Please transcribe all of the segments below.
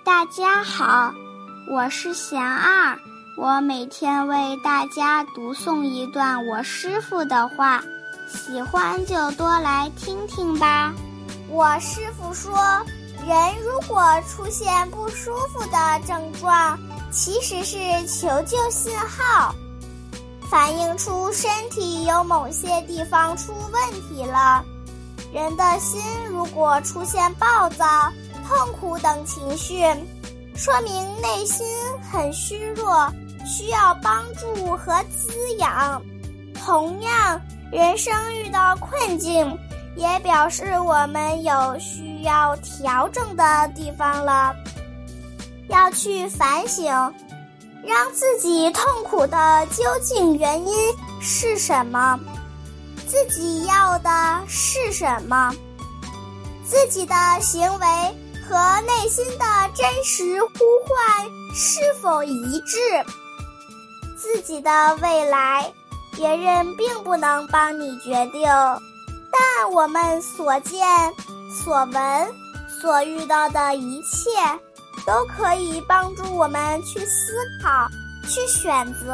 大家好，我是贤二，我每天为大家读诵一段我师父的话，喜欢就多来听听吧。 我师父说，人如果出现不舒服的症状，其实是求救信号，反映出身体有某些地方出问题了。人的心如果出现暴躁、痛苦等情绪，说明内心很虚弱，需要帮助和滋养。同样，人生遇到困境，也表示我们有需要调整的地方了，要去反省，让自己痛苦的究竟原因是什么，自己要的是什么，自己的行为和内心的真实呼唤是否一致，自己的未来别人并不能帮你决定，但我们所见、所闻、所遇到的一切都可以帮助我们去思考、去选择。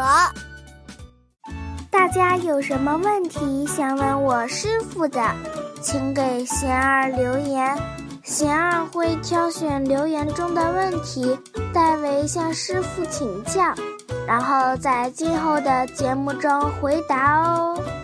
大家有什么问题想问我师父的，请给贤二留言，贤二会挑选留言中的问题，代为向师父请教，然后在今后的节目中回答哦。